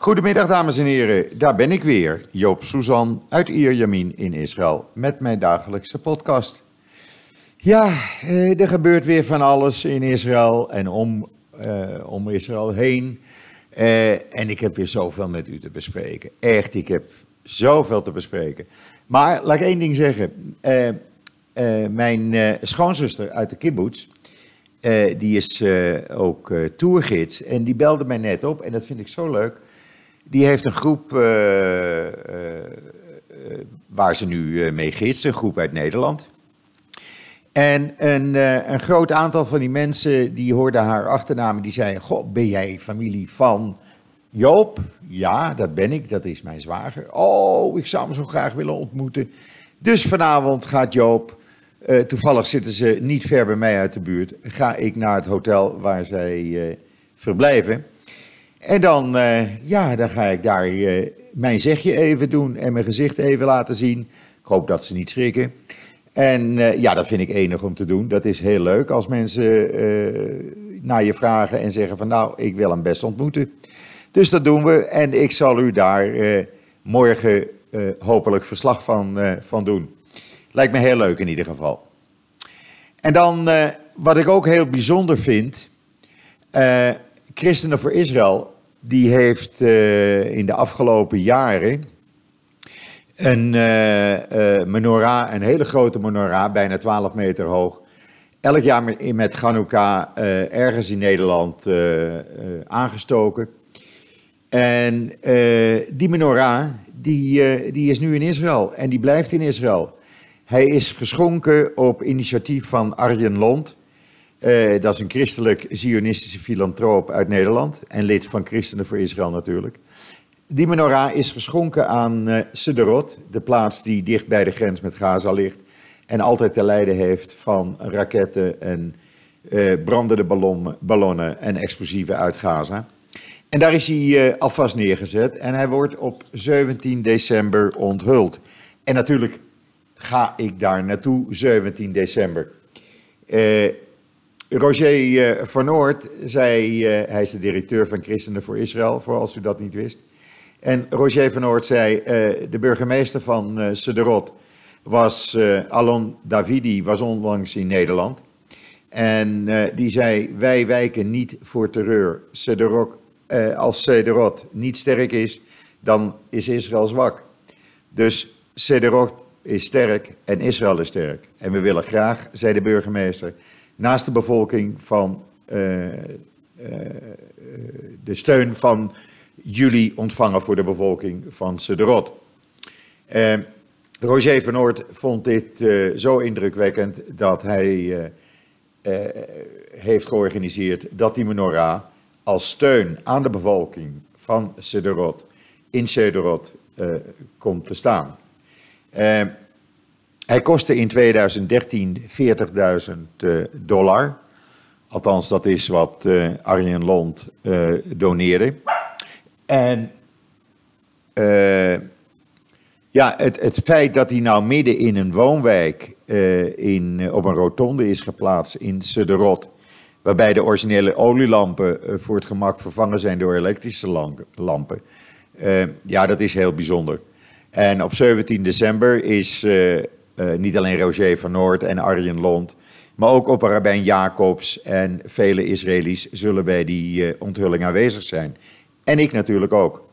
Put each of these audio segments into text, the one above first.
Goedemiddag dames en heren, daar ben ik weer, Joop Suzan uit Ierjemien in Israël met mijn dagelijkse podcast. Ja, er gebeurt weer van alles in Israël en om Israël heen. En ik heb weer zoveel met u te bespreken. Echt, ik heb zoveel te bespreken. Maar laat ik één ding zeggen. Mijn schoonzuster uit de kibbutz, die is ook tourgids en die belde mij net op en dat vind ik zo leuk. Die heeft een groep waar ze nu mee gidsen, een groep uit Nederland. En een groot aantal van die mensen die hoorden haar achternaam, die zeiden: goh, ben jij familie van Joop? Ja, dat ben ik, dat is mijn zwager. Oh, ik zou hem zo graag willen ontmoeten. Dus vanavond gaat Joop, toevallig zitten ze niet ver bij mij uit de buurt, ga ik naar het hotel waar zij verblijven. En dan ga ik daar mijn zegje even doen en mijn gezicht even laten zien. Ik hoop dat ze niet schrikken. En dat vind ik enig om te doen. Dat is heel leuk als mensen naar je vragen en zeggen van nou, ik wil hem best ontmoeten. Dus dat doen we en ik zal u daar morgen hopelijk verslag van doen. Lijkt me heel leuk in ieder geval. En dan wat ik ook heel bijzonder vind, Christenen voor Israël, die heeft in de afgelopen jaren een menorah, een hele grote menorah, bijna 12 meter hoog, elk jaar met Chanukka ergens in Nederland aangestoken. En die menorah, die is nu in Israël en die blijft in Israël. Hij is geschonken op initiatief van Arjen Lond. Dat is een christelijk-zionistische filantroop uit Nederland en lid van Christenen voor Israël natuurlijk. Die menorah is geschonken aan Sderot, de plaats die dicht bij de grens met Gaza ligt en altijd te lijden heeft van raketten en brandende ballonnen en explosieven uit Gaza. En daar is hij alvast neergezet en hij wordt op 17 december onthuld. En natuurlijk ga ik daar naartoe, 17 december. Roger van Oort zei, hij is de directeur van Christenen voor Israël, voor als u dat niet wist. En Roger van Oort zei, de burgemeester van Sderot was Alon Davidi, was onlangs in Nederland. En die zei, wij wijken niet voor terreur. Als Sderot niet sterk is, dan is Israël zwak. Dus Sderot is sterk en Israël is sterk. En we willen graag, zei de burgemeester, naast de bevolking van de steun van jullie ontvangen voor de bevolking van Sderot. Roger van Oort vond dit zo indrukwekkend dat hij heeft georganiseerd dat die menorah als steun aan de bevolking van Sderot in Sderot komt te staan. Hij kostte in 2013 $40.000. Althans, dat is wat Arjen Lond doneerde. En het feit dat hij nou midden in een woonwijk op een rotonde is geplaatst in Sderot, waarbij de originele olielampen voor het gemak vervangen zijn door elektrische lampen, dat is heel bijzonder. En op 17 december is niet alleen Roger van Oort en Arjen Lond, maar ook Opperrabijn Jacobs en vele Israëli's zullen bij die onthulling aanwezig zijn. En ik natuurlijk ook.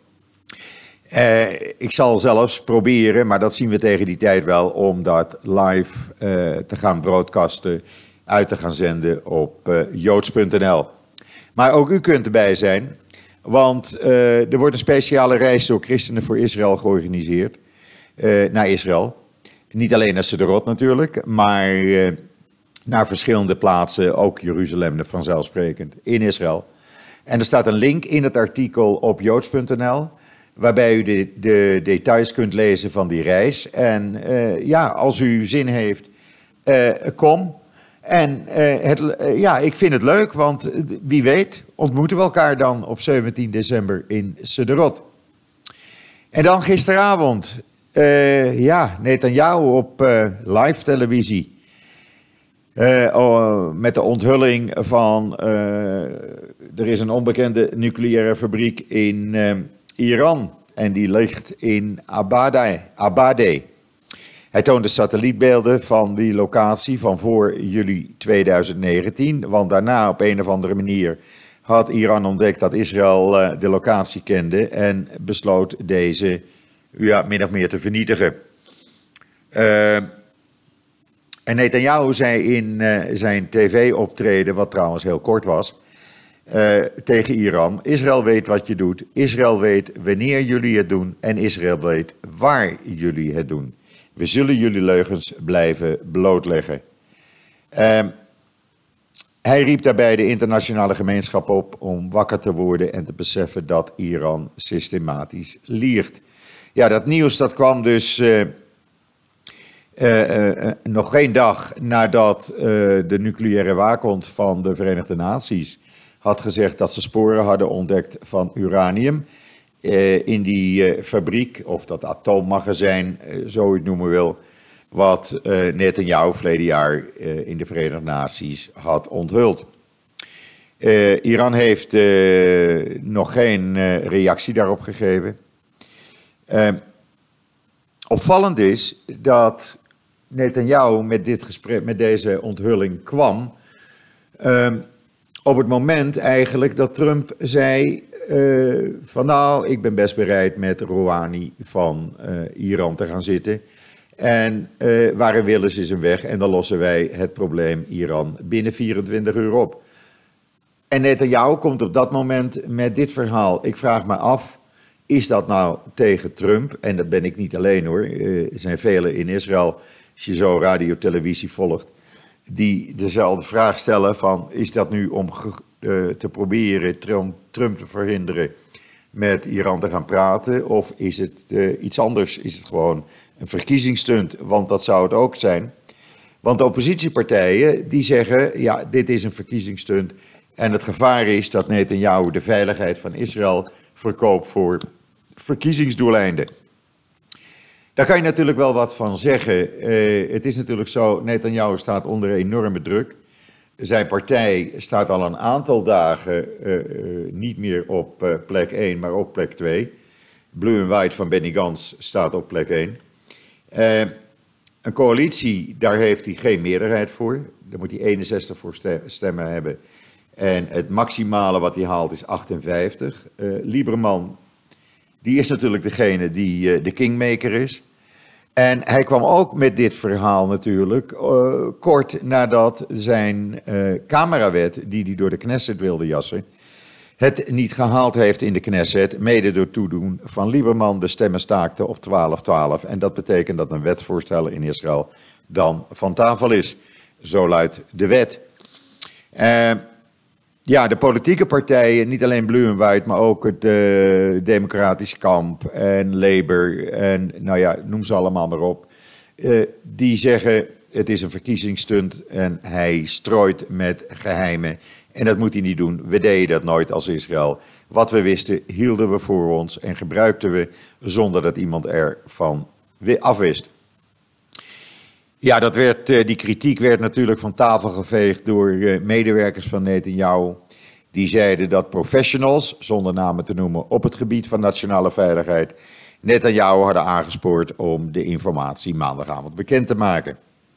Ik zal zelfs proberen, maar dat zien we tegen die tijd wel, om dat live te gaan broadcasten, uit te gaan zenden op joods.nl. Maar ook u kunt erbij zijn, want er wordt een speciale reis door Christenen voor Israël georganiseerd naar Israël. Niet alleen naar Sderot natuurlijk, maar naar verschillende plaatsen, ook Jeruzalem vanzelfsprekend, in Israël. En er staat een link in het artikel op joods.nl, waarbij u de details kunt lezen van die reis. En als u zin heeft, kom. En ik vind het leuk, want wie weet ontmoeten we elkaar dan op 17 december in Sderot. En dan gisteravond, Netanyahu op live televisie. Met de onthulling van, er is een onbekende nucleaire fabriek Iran. En die ligt in Abade. Hij toonde satellietbeelden van die locatie van voor juli 2019. Want daarna op een of andere manier had Iran ontdekt dat Israël de locatie kende. En besloot deze min of meer te vernietigen. En Netanyahu zei in zijn tv-optreden, wat trouwens heel kort was, tegen Iran: Israël weet wat je doet, Israël weet wanneer jullie het doen en Israël weet waar jullie het doen. We zullen jullie leugens blijven blootleggen. Hij riep daarbij de internationale gemeenschap op om wakker te worden en te beseffen dat Iran systematisch liegt. Ja, dat nieuws dat kwam dus nog geen dag nadat de nucleaire waakhond van de Verenigde Naties had gezegd dat ze sporen hadden ontdekt van uranium in die fabriek, of dat atoommagazijn, zo je het noemen wil, wat Netanyahu verleden jaar in de Verenigde Naties had onthuld. Iran heeft nog geen reactie daarop gegeven. Opvallend is dat Netanyahu met dit gesprek, met deze onthulling kwam op het moment eigenlijk dat Trump zei van nou, ik ben best bereid met Rouhani van Iran te gaan zitten. En waar een wil is een weg en dan lossen wij het probleem Iran binnen 24 uur op. En Netanyahu komt op dat moment met dit verhaal. Ik vraag me af, is dat nou tegen Trump? En dat ben ik niet alleen hoor. Er zijn velen in Israël, als je zo radio, televisie volgt, die dezelfde vraag stellen van, is dat nu om te proberen Trump te verhinderen met Iran te gaan praten? Of is het iets anders? Is het gewoon een verkiezingsstunt? Want dat zou het ook zijn. Want de oppositiepartijen die zeggen, ja, dit is een verkiezingsstunt. En het gevaar is dat Netanyahu de veiligheid van Israël verkoopt voor verkiezingsdoeleinden. Daar kan je natuurlijk wel wat van zeggen. Het is natuurlijk zo, Netanyahu staat onder enorme druk. Zijn partij staat al een aantal dagen niet meer op plek 1, maar op plek 2. Blue and White van Benny Gantz staat op plek 1. Een coalitie, daar heeft hij geen meerderheid voor. Daar moet hij 61 voor stemmen hebben. En het maximale wat hij haalt is 58. Lieberman, die is natuurlijk degene die de kingmaker is. En hij kwam ook met dit verhaal natuurlijk kort nadat zijn camerawet, die hij door de Knesset wilde jassen, het niet gehaald heeft in de Knesset, mede door toedoen van Lieberman. De stemmen staakten op 12-12. En dat betekent dat een wetsvoorstel in Israël dan van tafel is. Zo luidt de wet. Ja, de politieke partijen, niet alleen Blue and White, maar ook het Democratisch Kamp en Labour en nou ja, noem ze allemaal maar op. Die zeggen het is een verkiezingsstunt en hij strooit met geheimen. En dat moet hij niet doen. We deden dat nooit als Israël. Wat we wisten hielden we voor ons en gebruikten we zonder dat iemand ervan afwist. Ja, die kritiek werd natuurlijk van tafel geveegd door medewerkers van Netanyahu. Die zeiden dat professionals, zonder namen te noemen, op het gebied van nationale veiligheid Netanyahu hadden aangespoord om de informatie maandagavond bekend te maken.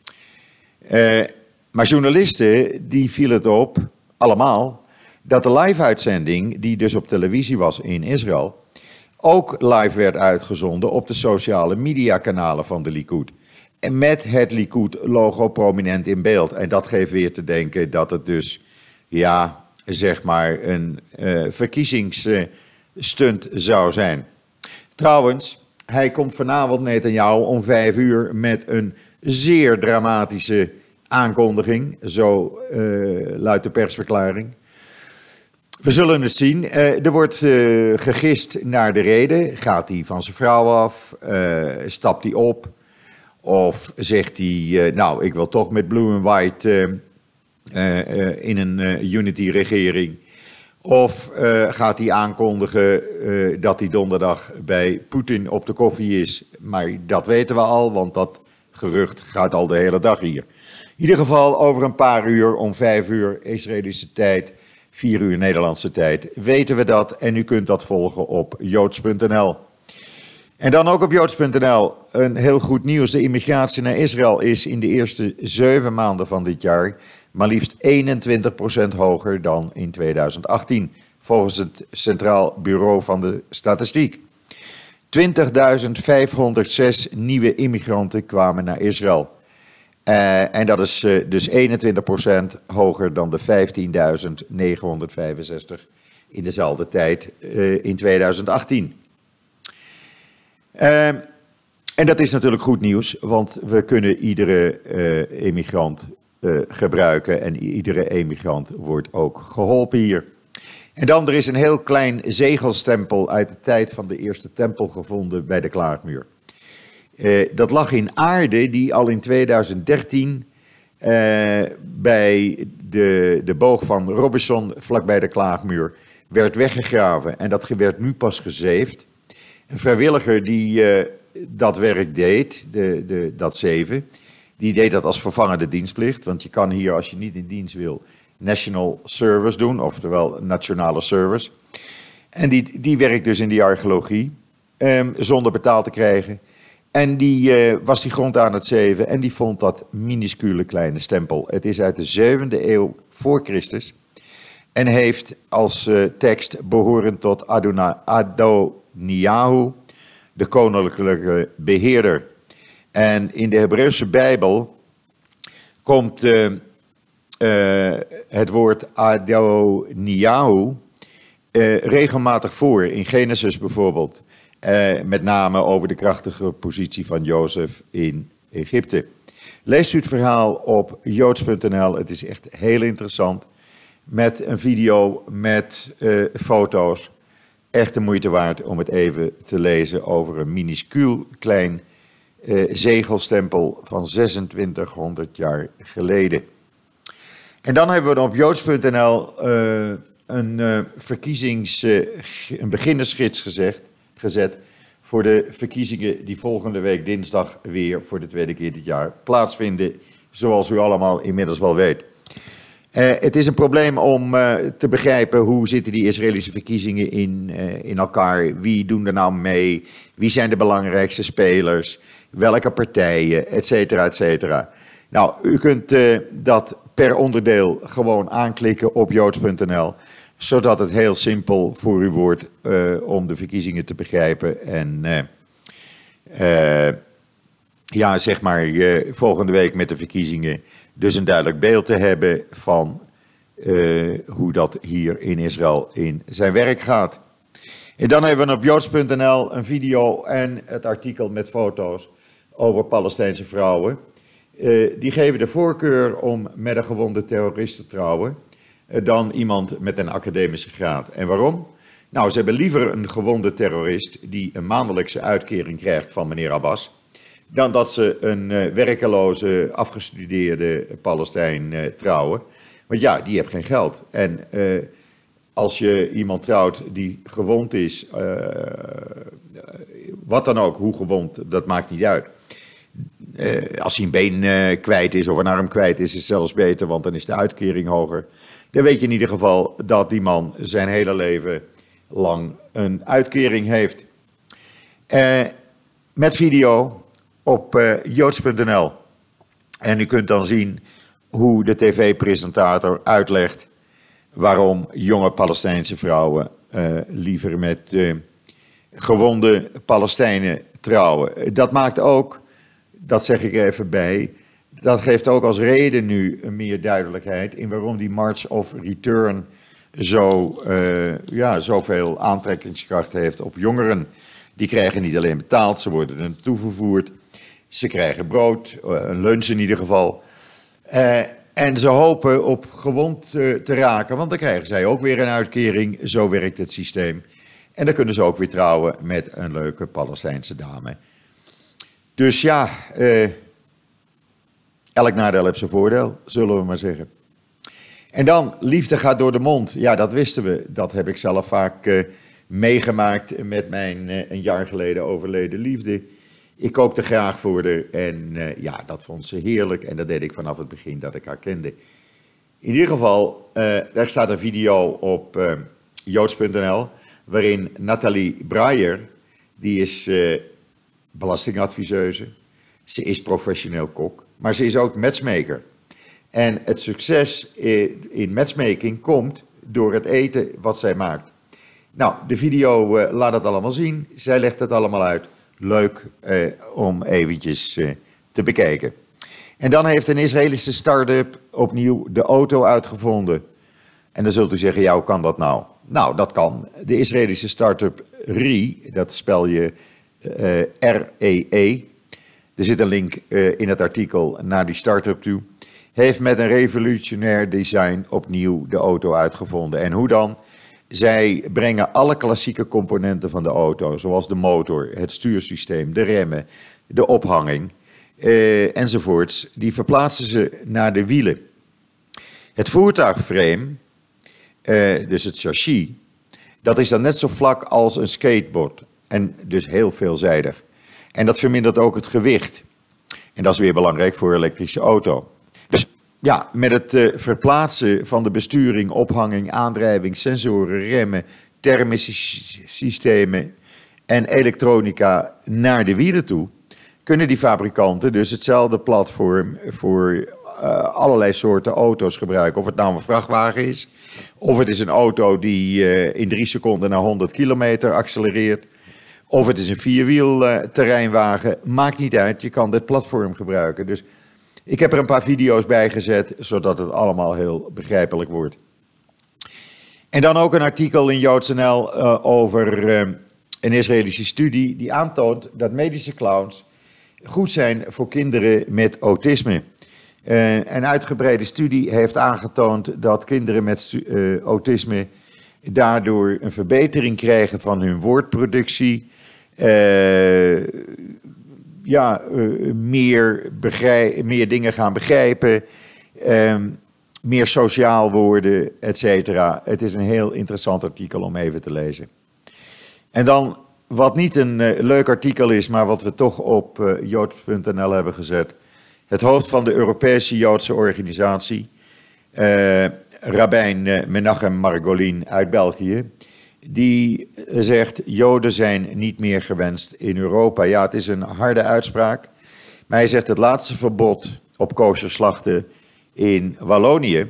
Maar journalisten, die viel het op, allemaal, dat de live-uitzending, die dus op televisie was in Israël, ook live werd uitgezonden op de sociale mediakanalen van de Likud. En met het Likud-logo prominent in beeld. En dat geeft weer te denken dat het dus, ja, zeg maar een verkiezingsstunt zou zijn. Trouwens, hij komt vanavond, Netanyahu, om 5 uur met een zeer dramatische aankondiging. Zo luidt de persverklaring. We zullen het zien. Er wordt gegist naar de reden. Gaat hij van zijn vrouw af? Stapt hij op? Of zegt hij, nou, ik wil toch met Blue and White in een unity-regering. Of gaat hij aankondigen dat hij donderdag bij Poetin op de koffie is. Maar dat weten we al, want dat gerucht gaat al de hele dag hier. In ieder geval over een paar uur, om 5 uur Israëlische tijd, 4 uur Nederlandse tijd, weten we dat. En u kunt dat volgen op joods.nl. En dan ook op joods.nl een heel goed nieuws. De immigratie naar Israël is in de eerste 7 maanden van dit jaar maar liefst 21% hoger dan in 2018. Volgens het Centraal Bureau van de Statistiek. 20.506 nieuwe immigranten kwamen naar Israël. En dat is dus 21% hoger dan de 15.965 in dezelfde tijd in 2018. En dat is natuurlijk goed nieuws, want we kunnen iedere immigrant gebruiken en iedere immigrant wordt ook geholpen hier. En dan, er is een heel klein zegelstempel uit de tijd van de eerste tempel gevonden bij de Klaagmuur. Dat lag in aarde die al in 2013 bij de boog van Robinson, vlakbij de Klaagmuur, werd weggegraven. En dat werd nu pas gezeefd. Een vrijwilliger die dat werk deed, dat zeven, die deed dat als vervangende dienstplicht. Want je kan hier, als je niet in dienst wil, national service doen, oftewel nationale service. En die werkt dus in die archeologie, zonder betaald te krijgen. En die was die grond aan het zeven en die vond dat minuscule kleine stempel. Het is uit de 7e eeuw voor Christus en heeft als tekst behorend tot Adoniahu, de koninklijke beheerder. En in de Hebreeuwse Bijbel komt het woord Adoniahu regelmatig voor, in Genesis bijvoorbeeld. Met name over de krachtige positie van Jozef in Egypte. Leest u het verhaal op joods.nl. Het is echt heel interessant. Met een video, met foto's. Echt de moeite waard om het even te lezen over een minuscuul klein zegelstempel van 2600 jaar geleden. En dan hebben we op joods.nl een beginnersgids gezet voor de verkiezingen die volgende week dinsdag weer voor de tweede keer dit jaar plaatsvinden, zoals u allemaal inmiddels wel weet. Het is een probleem om te begrijpen hoe zitten die Israëlische verkiezingen in elkaar. Wie doen er nou mee? Wie zijn de belangrijkste spelers? Welke partijen? Etcetera, etcetera. Nou, u kunt dat per onderdeel gewoon aanklikken op joods.nl. Zodat het heel simpel voor u wordt om de verkiezingen te begrijpen. En volgende week met de verkiezingen dus een duidelijk beeld te hebben van hoe dat hier in Israël in zijn werk gaat. En dan hebben we op joods.nl een video en het artikel met foto's over Palestijnse vrouwen. Die geven de voorkeur om met een gewonde terrorist te trouwen dan iemand met een academische graad. En waarom? Nou, ze hebben liever een gewonde terrorist die een maandelijkse uitkering krijgt van meneer Abbas, dan dat ze een werkeloze, afgestudeerde Palestijn trouwen. Want ja, die heeft geen geld. En als je iemand trouwt die gewond is, wat dan ook, hoe gewond, dat maakt niet uit. Als hij een been kwijt is of een arm kwijt is, is het zelfs beter, want dan is de uitkering hoger. Dan weet je in ieder geval dat die man zijn hele leven lang een uitkering heeft. Met video op joods.nl. En u kunt dan zien hoe de tv-presentator uitlegt waarom jonge Palestijnse vrouwen liever met gewonde Palestijnen trouwen. Dat maakt ook, dat zeg ik er even bij, dat geeft ook als reden nu meer duidelijkheid in waarom die March of Return zoveel aantrekkingskracht heeft op jongeren. Die krijgen niet alleen betaald, ze worden er naartoe vervoerd. Ze krijgen brood, een lunch in ieder geval. En ze hopen op gewond te raken, want dan krijgen zij ook weer een uitkering. Zo werkt het systeem. En dan kunnen ze ook weer trouwen met een leuke Palestijnse dame. Dus ja, elk nadeel heeft zijn voordeel, zullen we maar zeggen. En dan, liefde gaat door de mond. Ja, dat wisten we. Dat heb ik zelf vaak meegemaakt met mijn een jaar geleden overleden liefde. Ik kookte graag voor haar en dat vond ze heerlijk. En dat deed ik vanaf het begin dat ik haar kende. In ieder geval, daar staat een video op joods.nl waarin Nathalie Breyer, die is belastingadviseuse, ze is professioneel kok, maar ze is ook matchmaker. En het succes in matchmaking komt door het eten wat zij maakt. Nou, de video laat het allemaal zien. Zij legt het allemaal uit. Leuk om eventjes te bekijken. En dan heeft een Israëlische start-up opnieuw de auto uitgevonden. En dan zult u zeggen, ja, hoe kan dat nou? Nou, dat kan. De Israëlische start-up REE, dat spel je R-E-E. Er zit een link in het artikel naar die start-up toe. Heeft met een revolutionair design opnieuw de auto uitgevonden. En hoe dan? Zij brengen alle klassieke componenten van de auto, zoals de motor, het stuursysteem, de remmen, de ophanging enzovoorts, die verplaatsen ze naar de wielen. Het voertuigframe, dus het chassis, dat is dan net zo vlak als een skateboard en dus heel veelzijdig. En dat vermindert ook het gewicht. En dat is weer belangrijk voor een elektrische auto. Dus ja, met het verplaatsen van de besturing, ophanging, aandrijving, sensoren, remmen, thermische systemen en elektronica naar de wielen toe, kunnen die fabrikanten dus hetzelfde platform voor allerlei soorten auto's gebruiken. Of het nou een vrachtwagen is, of het is een auto die in 3 seconden naar 100 kilometer accelereert, of het is een vierwiel terreinwagen, maakt niet uit, je kan dit platform gebruiken. Dus ik heb er een paar video's bij gezet, zodat het allemaal heel begrijpelijk wordt. En dan ook een artikel in joods.nl over een Israëlische studie die aantoont dat medische clowns goed zijn voor kinderen met autisme. Een uitgebreide studie heeft aangetoond dat kinderen met autisme daardoor een verbetering krijgen van hun woordproductie, meer dingen gaan begrijpen, meer sociaal worden, etc. Het is een heel interessant artikel om even te lezen. En dan, wat niet een leuk artikel is, maar wat we toch op joods.nl hebben gezet. Het hoofd van de Europese Joodse organisatie, Rabbijn Menachem Margolin uit België, die zegt, Joden zijn niet meer gewenst in Europa. Ja, het is een harde uitspraak, maar hij zegt het laatste verbod op kosherslachten in Wallonië,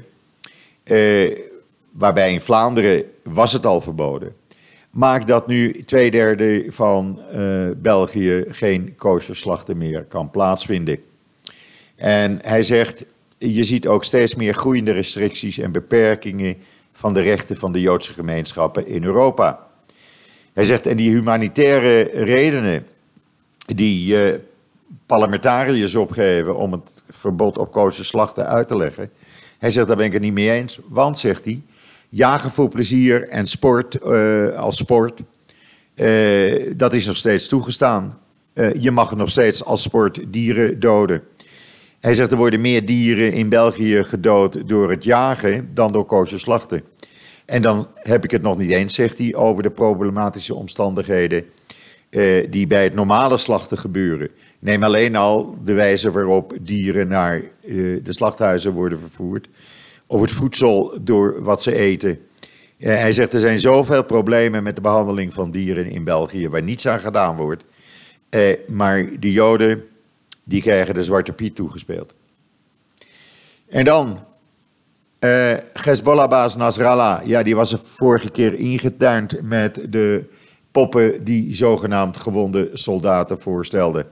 waarbij in Vlaanderen was het al verboden, maakt dat nu 2/3 van België geen kosherslachten meer kan plaatsvinden. En hij zegt, je ziet ook steeds meer groeiende restricties en beperkingen van de rechten van de Joodse gemeenschappen in Europa. Hij zegt, en die humanitaire redenen die parlementariërs opgeven om het verbod op kosherslachten uit te leggen. Hij zegt, daar ben ik het niet mee eens, want, zegt hij, jagen voor plezier en sport als sport, dat is nog steeds toegestaan. Je mag nog steeds als sport dieren doden. Hij zegt, er worden meer dieren in België gedood door het jagen dan door kosherslachten. En dan heb ik het nog niet eens, zegt hij, over de problematische omstandigheden die bij het normale slachten gebeuren. Neem alleen al de wijze waarop dieren naar de slachthuizen worden vervoerd, of het voedsel door wat ze eten. Hij zegt, er zijn zoveel problemen met de behandeling van dieren in België waar niets aan gedaan wordt. Maar de Joden, die krijgen de zwarte piet toegespeeld. En dan, Hezbollah-baas Nasrallah, ja, die was er vorige keer ingetuind met de poppen die zogenaamd gewonde soldaten voorstelden.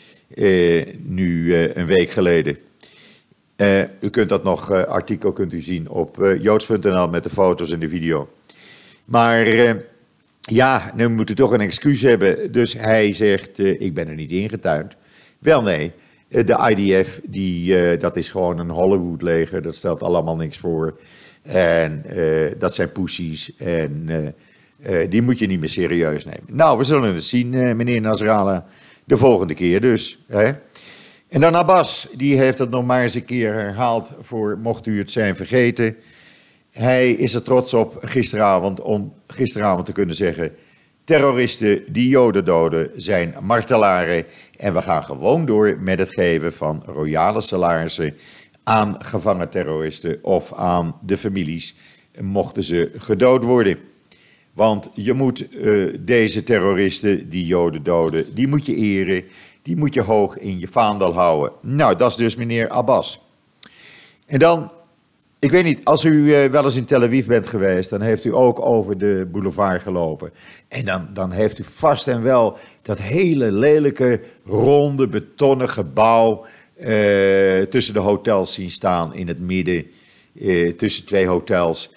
Nu een week geleden. U kunt dat nog, artikel kunt u zien op joods.nl met de foto's en de video. Maar ja, nu moet u toch een excuus hebben. Dus hij zegt, ik ben er niet ingetuind. Wel nee, de IDF, dat is gewoon een Hollywood-leger. Dat stelt allemaal niks voor. En dat zijn poesies. En die moet je niet meer serieus nemen. Nou, we zullen het zien, meneer Nasrallah. De volgende keer dus. Hè? En dan Abbas, die heeft het nog maar eens een keer herhaald voor, mocht u het zijn vergeten. Hij is er trots op gisteravond om gisteravond te kunnen zeggen, terroristen die Joden doden zijn martelaren en we gaan gewoon door met het geven van royale salarissen aan gevangen terroristen of aan de families, mochten ze gedood worden. Want je moet deze terroristen die Joden doden, die moet je eren, die moet je hoog in je vaandel houden. Nou, dat is dus meneer Abbas. En dan, ik weet niet, als u wel eens in Tel Aviv bent geweest, dan heeft u ook over de boulevard gelopen. En dan heeft u vast en wel dat hele lelijke, ronde, betonnen gebouw tussen de hotels zien staan in het midden, tussen twee hotels.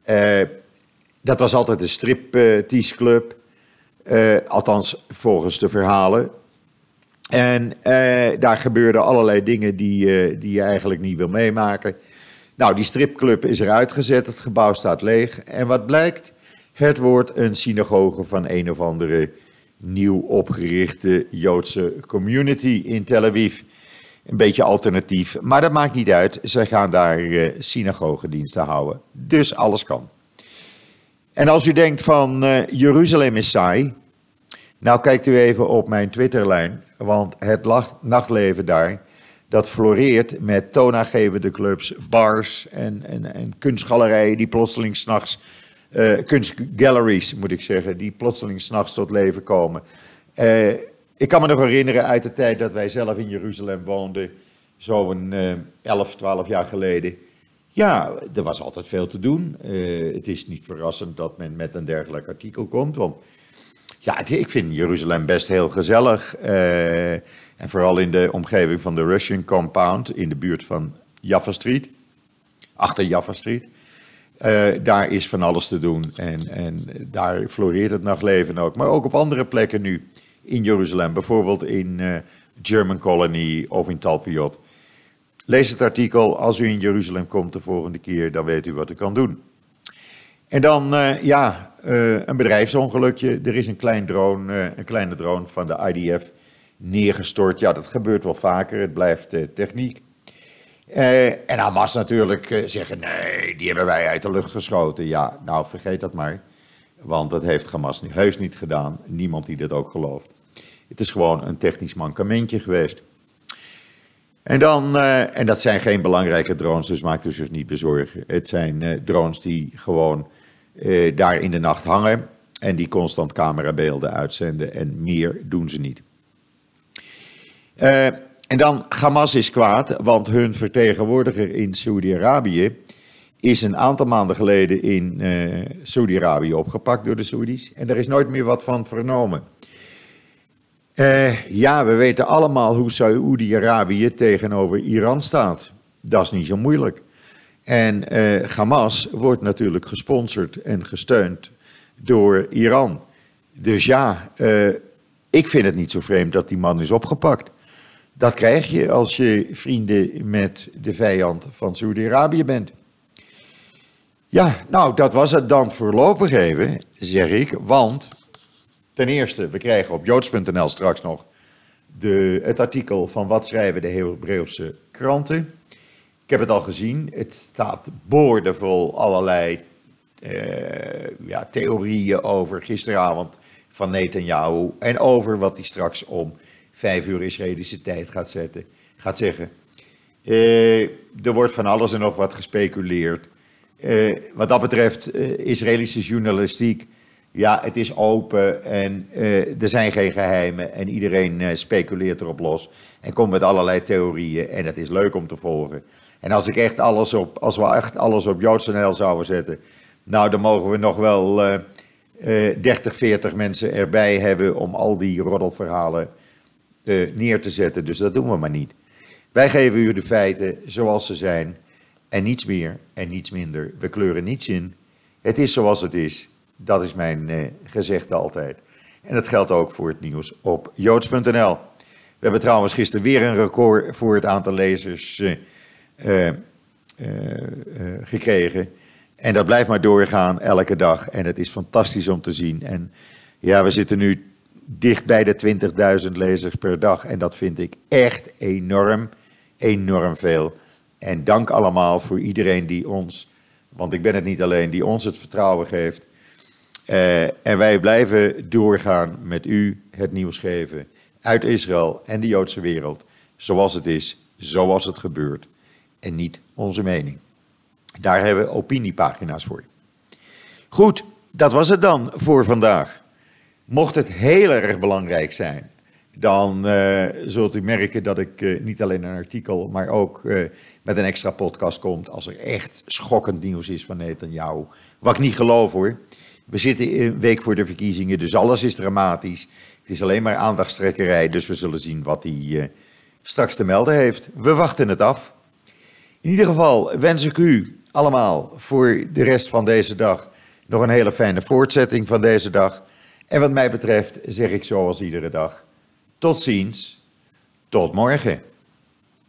Dat was altijd een striptease club, althans volgens de verhalen. En daar gebeurden allerlei dingen die je eigenlijk niet wil meemaken. Nou, die stripclub is eruit gezet, het gebouw staat leeg. En wat blijkt? Het wordt een synagoge van een of andere nieuw opgerichte Joodse community in Tel Aviv. Een beetje alternatief, maar dat maakt niet uit. Zij gaan daar synagogediensten houden, dus alles kan. En als u denkt van Jeruzalem is saai, nou kijkt u even op mijn Twitterlijn, want het nachtleven daar, dat floreert met toonaangevende clubs, bars en kunstgalerijen die plotseling 's nachts, kunstgalleries moet ik zeggen, die plotseling 's nachts tot leven komen. Ik kan me nog herinneren uit de tijd dat wij zelf in Jeruzalem woonden, zo'n 11, 12 jaar geleden. Ja, er was altijd veel te doen. Het is niet verrassend dat men met een dergelijk artikel komt, want ja, ik vind Jeruzalem best heel gezellig. En vooral in de omgeving van de Russian Compound, in de buurt van Jaffa Street, achter Jaffa Street. Daar is van alles te doen en daar floreert het nachtleven ook. Maar ook op andere plekken nu in Jeruzalem, bijvoorbeeld in German Colony of in Talpiot. Lees het artikel, als u in Jeruzalem komt de volgende keer, dan weet u wat u kan doen. En dan, een bedrijfsongelukje. Er is een kleine drone van de IDF neergestort. Ja, dat gebeurt wel vaker, het blijft techniek. En Hamas natuurlijk zeggen, nee, die hebben wij uit de lucht geschoten. Ja, nou, vergeet dat maar. Want dat heeft Hamas heus niet gedaan. Niemand die dat ook gelooft. Het is gewoon een technisch mankementje geweest. En dan, en dat zijn geen belangrijke drones, dus maakt u zich niet bezorgen. Het zijn drones die gewoon daar in de nacht hangen en die constant camerabeelden uitzenden en meer doen ze niet. En dan, Hamas is kwaad, want hun vertegenwoordiger in Saudi-Arabië is een aantal maanden geleden in Saudi-Arabië opgepakt door de Saoedi's en er is nooit meer wat van vernomen. Ja, we weten allemaal hoe Saoedi-Arabië tegenover Iran staat. Dat is niet zo moeilijk. En Hamas wordt natuurlijk gesponsord en gesteund door Iran. Dus ja, ik vind het niet zo vreemd dat die man is opgepakt. Dat krijg je als je vrienden met de vijand van Saoedi-Arabië bent. Ja, nou, dat was het dan voorlopig even, zeg ik, want ten eerste, we krijgen op joods.nl straks nog het artikel van wat schrijven de Hebreeuwse kranten. Ik heb het al gezien, het staat boordevol allerlei theorieën over gisteravond van Netanyahu en over wat hij straks om 5 uur Israëlische tijd gaat zeggen. Er wordt van alles en nog wat gespeculeerd. Wat dat betreft, Israëlische journalistiek, ja, het is open en er zijn geen geheimen en iedereen speculeert erop los en komt met allerlei theorieën en het is leuk om te volgen. En als we echt alles op joods.nl zouden zetten, nou dan mogen we nog wel 30, 40 mensen erbij hebben om al die roddelverhalen neer te zetten. Dus dat doen we maar niet. Wij geven u de feiten zoals ze zijn en niets meer en niets minder. We kleuren niets in. Het is zoals het is. Dat is mijn gezegde altijd. En dat geldt ook voor het nieuws op joods.nl. We hebben trouwens gisteren weer een record voor het aantal lezers gekregen. En dat blijft maar doorgaan elke dag. En het is fantastisch om te zien. En ja, we zitten nu dicht bij de 20.000 lezers per dag. En dat vind ik echt enorm, enorm veel. En dank allemaal voor iedereen die ons, want ik ben het niet alleen, die ons het vertrouwen geeft. En wij blijven doorgaan met u het nieuws geven uit Israël en de Joodse wereld. Zoals het is, zoals het gebeurt. en niet onze mening. Daar hebben we opiniepagina's voor. Goed, dat was het dan voor vandaag. Mocht het heel erg belangrijk zijn, dan zult u merken dat ik niet alleen een artikel, maar ook met een extra podcast kom als er echt schokkend nieuws is van Netanyahu. Wat ik niet geloof hoor. We zitten een week voor de verkiezingen, dus alles is dramatisch. Het is alleen maar aandachtstrekkerij, dus we zullen zien wat hij straks te melden heeft. We wachten het af. In ieder geval wens ik u allemaal voor de rest van deze dag nog een hele fijne voortzetting van deze dag. En wat mij betreft zeg ik zoals iedere dag, tot ziens, tot morgen.